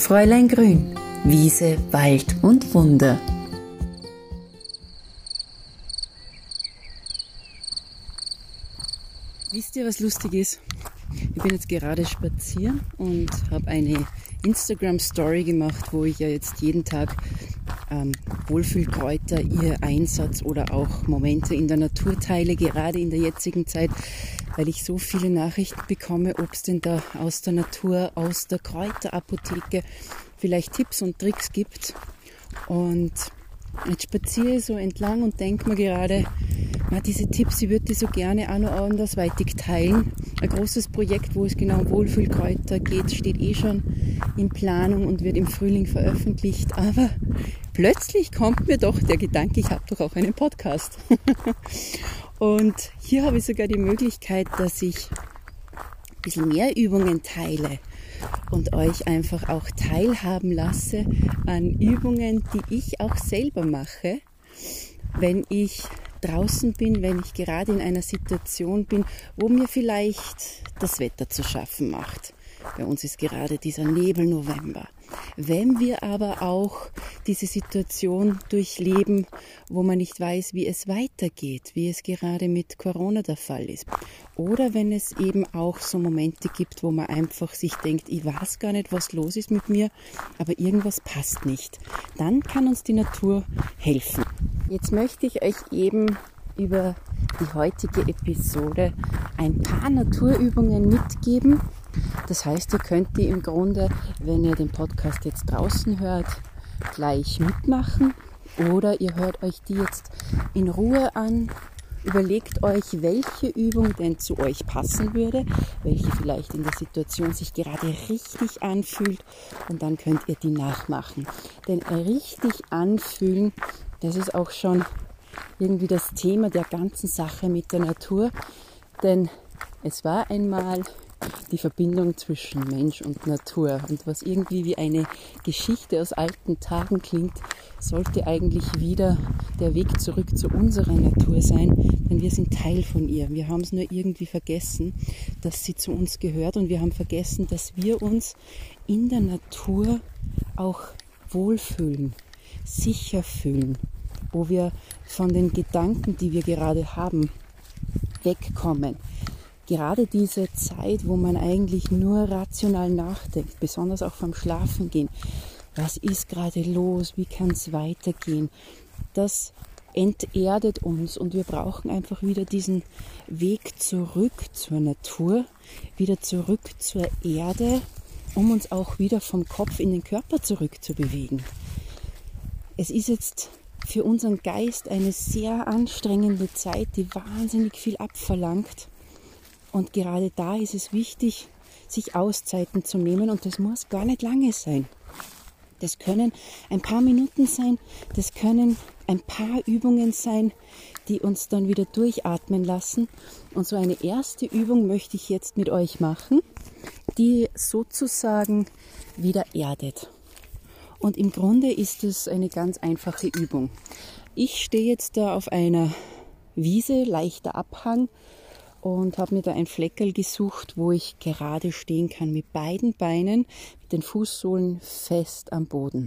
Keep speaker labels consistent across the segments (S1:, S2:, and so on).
S1: Fräulein Grün, Wiese, Wald und Wunder. Wisst ihr, was lustig ist? Ich bin jetzt gerade spazieren und habe eine Instagram-Story gemacht, wo ich ja jetzt jeden Tag Wohlfühlkräuter, ihr Einsatz oder auch Momente in der Natur teile, gerade in der jetzigen Zeit, weil ich so viele Nachrichten bekomme, ob es denn da aus der Natur, aus der Kräuterapotheke vielleicht Tipps und Tricks gibt. Und jetzt spaziere ich so entlang und denke mir gerade, diese Tipps, ich würde die so gerne auch noch andersweitig teilen. Ein großes Projekt, wo es genau um Wohlfühlkräuter geht, steht schon in Planung und wird im Frühling veröffentlicht. Aber plötzlich kommt mir doch der Gedanke, ich habe doch auch einen Podcast. Und hier habe ich sogar die Möglichkeit, dass ich ein bisschen mehr Übungen teile und euch einfach auch teilhaben lasse an Übungen, die ich auch selber mache, wenn ich draußen bin, wenn ich gerade in einer Situation bin, wo mir vielleicht das Wetter zu schaffen macht. Bei uns ist gerade dieser Nebel-November. Wenn wir aber auch diese Situation durchleben, wo man nicht weiß, wie es weitergeht, wie es gerade mit Corona der Fall ist. Oder wenn es eben auch so Momente gibt, wo man einfach sich denkt, ich weiß gar nicht, was los ist mit mir, aber irgendwas passt nicht. Dann kann uns die Natur helfen. Jetzt möchte ich euch eben über die heutige Episode ein paar Naturübungen mitgeben. Das heißt, ihr könnt die im Grunde, wenn ihr den Podcast jetzt draußen hört, gleich mitmachen oder ihr hört euch die jetzt in Ruhe an, überlegt euch, welche Übung denn zu euch passen würde, welche vielleicht in der Situation sich gerade richtig anfühlt und dann könnt ihr die nachmachen. Denn richtig anfühlen, das ist auch schon irgendwie das Thema der ganzen Sache mit der Natur, denn es war einmal die Verbindung zwischen Mensch und Natur. Und was irgendwie wie eine Geschichte aus alten Tagen klingt, sollte eigentlich wieder der Weg zurück zu unserer Natur sein, denn wir sind Teil von ihr. Wir haben es nur irgendwie vergessen, dass sie zu uns gehört und wir haben vergessen, dass wir uns in der Natur auch wohlfühlen, sicher fühlen, wo wir von den Gedanken, die wir gerade haben, wegkommen. Gerade diese Zeit, wo man eigentlich nur rational nachdenkt, besonders auch vom Schlafengehen, was ist gerade los, wie kann es weitergehen, das enterdet uns und wir brauchen einfach wieder diesen Weg zurück zur Natur, wieder zurück zur Erde, um uns auch wieder vom Kopf in den Körper zurückzubewegen. Es ist jetzt für unseren Geist eine sehr anstrengende Zeit, die wahnsinnig viel abverlangt. Und gerade da ist es wichtig, sich Auszeiten zu nehmen und das muss gar nicht lange sein. Das können ein paar Minuten sein, das können ein paar Übungen sein, die uns dann wieder durchatmen lassen. Und so eine erste Übung möchte ich jetzt mit euch machen, die sozusagen wieder erdet. Und im Grunde ist es eine ganz einfache Übung. Ich stehe jetzt da auf einer Wiese, leichter Abhang, und habe mir da ein Fleckerl gesucht, wo ich gerade stehen kann mit beiden Beinen, mit den Fußsohlen fest am Boden.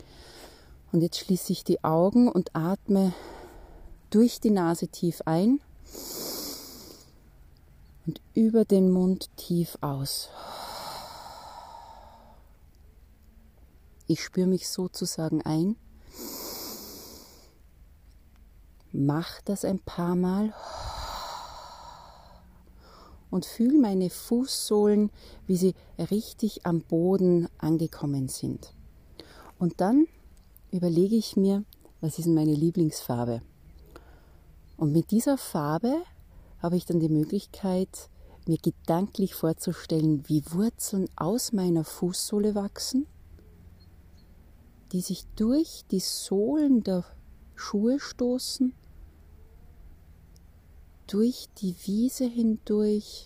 S1: Und jetzt schließe ich die Augen und atme durch die Nase tief ein und über den Mund tief aus. Ich spüre mich sozusagen ein. Mach das ein paar Mal. Und fühle meine Fußsohlen, wie sie richtig am Boden angekommen sind. Und dann überlege ich mir, was ist meine Lieblingsfarbe? Und mit dieser Farbe habe ich dann die Möglichkeit, mir gedanklich vorzustellen, wie Wurzeln aus meiner Fußsohle wachsen, die sich durch die Sohlen der Schuhe stoßen, durch die Wiese hindurch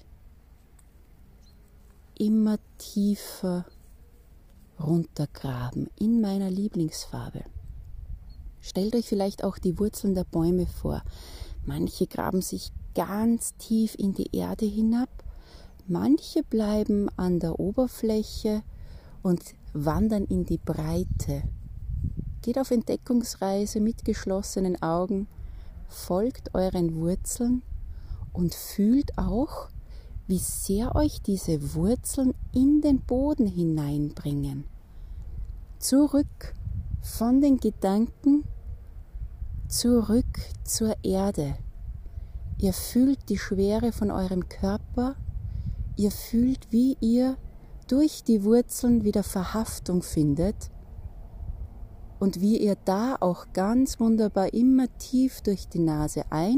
S1: immer tiefer runtergraben in meiner Lieblingsfarbe. Stellt euch vielleicht auch die Wurzeln der Bäume vor. Manche graben sich ganz tief in die Erde hinab, manche bleiben an der Oberfläche und wandern in die Breite. Geht auf Entdeckungsreise mit geschlossenen Augen, folgt euren Wurzeln und fühlt auch, wie sehr euch diese Wurzeln in den Boden hineinbringen. Zurück von den Gedanken, zurück zur Erde. Ihr fühlt die Schwere von eurem Körper, ihr fühlt, wie ihr durch die Wurzeln wieder Verhaftung findet und wie ihr da auch ganz wunderbar immer tief durch die Nase ein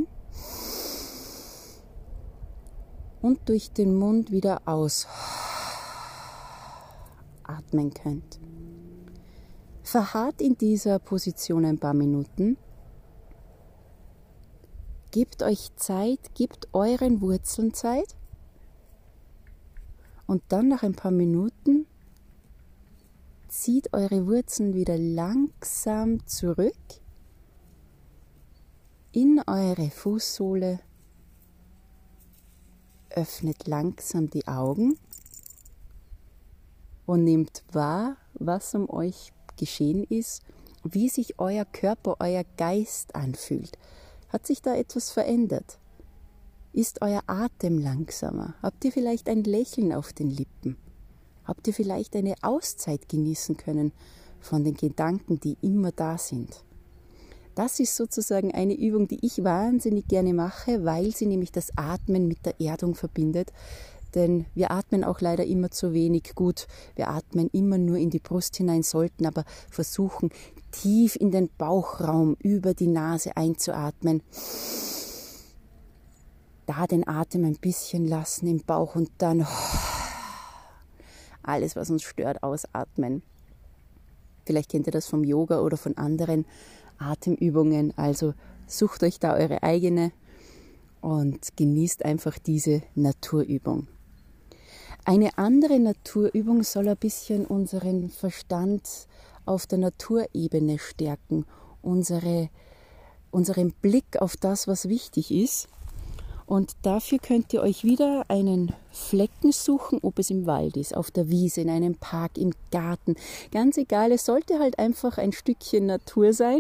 S1: und durch den Mund wieder ausatmen könnt. Verharrt in dieser Position ein paar Minuten. Gebt euch Zeit, gebt euren Wurzeln Zeit. Und dann nach ein paar Minuten zieht eure Wurzeln wieder langsam zurück in eure Fußsohle. Öffnet langsam die Augen und nehmt wahr, was um euch geschehen ist, wie sich euer Körper, euer Geist anfühlt. Hat sich da etwas verändert? Ist euer Atem langsamer? Habt ihr vielleicht ein Lächeln auf den Lippen? Habt ihr vielleicht eine Auszeit genießen können von den Gedanken, die immer da sind? Das ist sozusagen eine Übung, die ich wahnsinnig gerne mache, weil sie nämlich das Atmen mit der Erdung verbindet. Denn wir atmen auch leider immer zu wenig gut. Wir atmen immer nur in die Brust hinein, sollten aber versuchen, tief in den Bauchraum über die Nase einzuatmen. Da den Atem ein bisschen lassen im Bauch und dann alles, was uns stört, ausatmen. Vielleicht kennt ihr das vom Yoga oder von anderen Atemübungen. Also sucht euch da eure eigene und genießt einfach diese Naturübung. Eine andere Naturübung soll ein bisschen unseren Verstand auf der Naturebene stärken, unseren Blick auf das, was wichtig ist. Und dafür könnt ihr euch wieder einen Flecken suchen, ob es im Wald ist, auf der Wiese, in einem Park, im Garten. Ganz egal, es sollte halt einfach ein Stückchen Natur sein.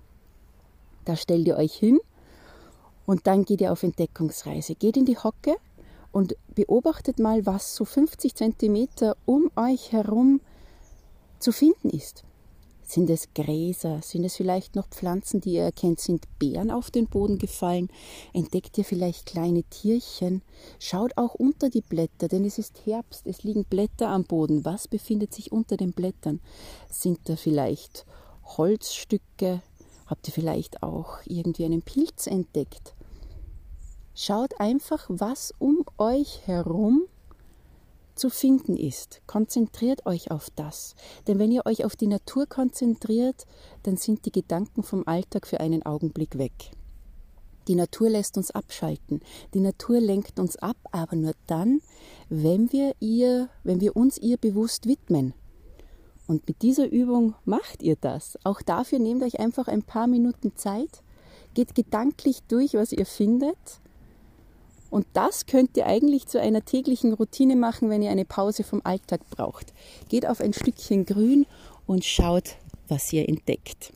S1: Da stellt ihr euch hin und dann geht ihr auf Entdeckungsreise. Geht in die Hocke und beobachtet mal, was so 50 Zentimeter um euch herum zu finden ist. Sind es Gräser? Sind es vielleicht noch Pflanzen, die ihr erkennt? Sind Beeren auf den Boden gefallen? Entdeckt ihr vielleicht kleine Tierchen? Schaut auch unter die Blätter, denn es ist Herbst, es liegen Blätter am Boden. Was befindet sich unter den Blättern? Sind da vielleicht Holzstücke? Habt ihr vielleicht auch irgendwie einen Pilz entdeckt? Schaut einfach, was um euch herum zu finden ist. Konzentriert euch auf das. Denn wenn ihr euch auf die Natur konzentriert, dann sind die Gedanken vom Alltag für einen Augenblick weg. Die Natur lässt uns abschalten. Die Natur lenkt uns ab, aber nur dann, wenn wir uns ihr bewusst widmen. Und mit dieser Übung macht ihr das. Auch dafür nehmt euch einfach ein paar Minuten Zeit, geht gedanklich durch, was ihr findet. Und das könnt ihr eigentlich zu einer täglichen Routine machen, wenn ihr eine Pause vom Alltag braucht. Geht auf ein Stückchen Grün und schaut, was ihr entdeckt.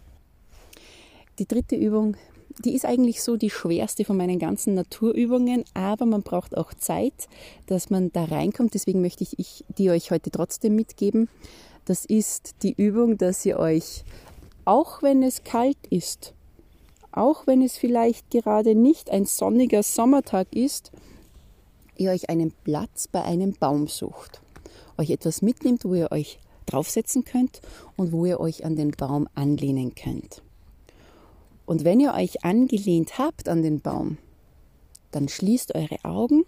S1: Die dritte Übung, die ist eigentlich so die schwerste von meinen ganzen Naturübungen, aber man braucht auch Zeit, dass man da reinkommt. Deswegen möchte ich die euch heute trotzdem mitgeben. Das ist die Übung, dass ihr euch, auch wenn es kalt ist, auch wenn es vielleicht gerade nicht ein sonniger Sommertag ist, ihr euch einen Platz bei einem Baum sucht. Euch etwas mitnimmt, wo ihr euch draufsetzen könnt und wo ihr euch an den Baum anlehnen könnt. Und wenn ihr euch angelehnt habt an den Baum, dann schließt eure Augen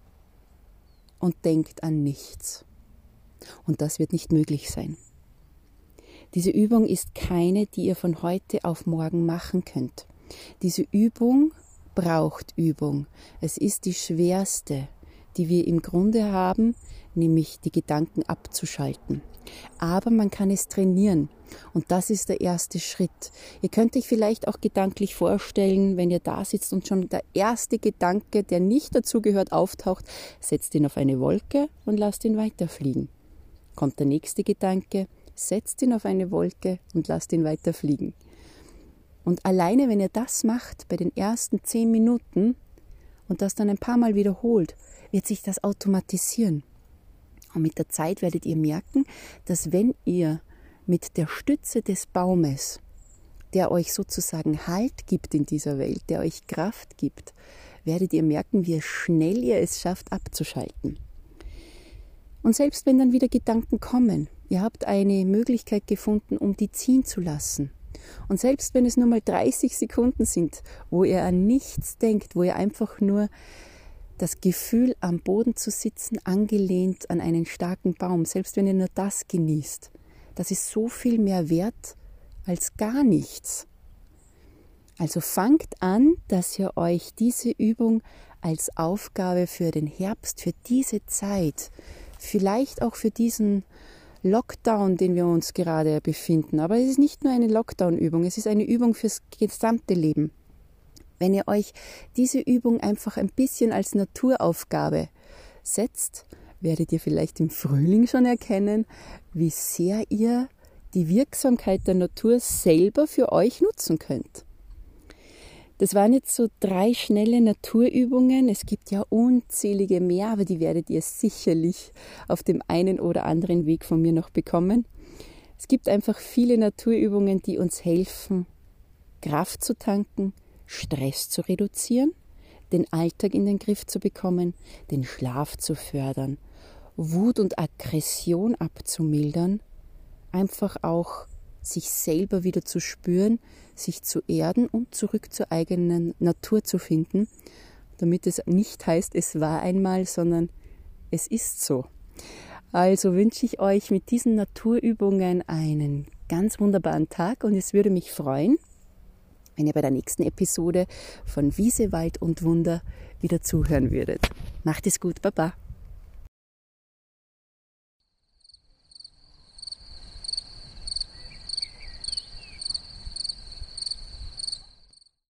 S1: und denkt an nichts. Und das wird nicht möglich sein. Diese Übung ist keine, die ihr von heute auf morgen machen könnt. Diese Übung braucht Übung. Es ist die schwerste, die wir im Grunde haben, nämlich die Gedanken abzuschalten. Aber man kann es trainieren und das ist der erste Schritt. Ihr könnt euch vielleicht auch gedanklich vorstellen, wenn ihr da sitzt und schon der erste Gedanke, der nicht dazu gehört, auftaucht, setzt ihn auf eine Wolke und lasst ihn weiterfliegen. Kommt der nächste Gedanke, setzt ihn auf eine Wolke und lasst ihn weiter fliegen. Und alleine, wenn ihr das macht bei den ersten 10 Minuten und das dann ein paar Mal wiederholt, wird sich das automatisieren. Und mit der Zeit werdet ihr merken, dass wenn ihr mit der Stütze des Baumes, der euch sozusagen Halt gibt in dieser Welt, der euch Kraft gibt, werdet ihr merken, wie schnell ihr es schafft, abzuschalten. Und selbst wenn dann wieder Gedanken kommen, ihr habt eine Möglichkeit gefunden, um die ziehen zu lassen. Und selbst wenn es nur mal 30 Sekunden sind, wo ihr an nichts denkt, wo ihr einfach nur das Gefühl, am Boden zu sitzen, angelehnt an einen starken Baum, selbst wenn ihr nur das genießt, das ist so viel mehr wert als gar nichts. Also fangt an, dass ihr euch diese Übung als Aufgabe für den Herbst, für diese Zeit, vielleicht auch für diesen Lockdown, den wir uns gerade befinden. Aber es ist nicht nur eine Lockdown-Übung, es ist eine Übung fürs gesamte Leben. Wenn ihr euch diese Übung einfach ein bisschen als Naturaufgabe setzt, werdet ihr vielleicht im Frühling schon erkennen, wie sehr ihr die Wirksamkeit der Natur selber für euch nutzen könnt. Das waren jetzt so 3 schnelle Naturübungen. Es gibt ja unzählige mehr, aber die werdet ihr sicherlich auf dem einen oder anderen Weg von mir noch bekommen. Es gibt einfach viele Naturübungen, die uns helfen, Kraft zu tanken, Stress zu reduzieren, den Alltag in den Griff zu bekommen, den Schlaf zu fördern, Wut und Aggression abzumildern, einfach auch sich selber wieder zu spüren, sich zu erden und zurück zur eigenen Natur zu finden, damit es nicht heißt, es war einmal, sondern es ist so. Also wünsche ich euch mit diesen Naturübungen einen ganz wunderbaren Tag und es würde mich freuen, wenn ihr bei der nächsten Episode von Wiese, Wald und Wunder wieder zuhören würdet. Macht es gut, Baba!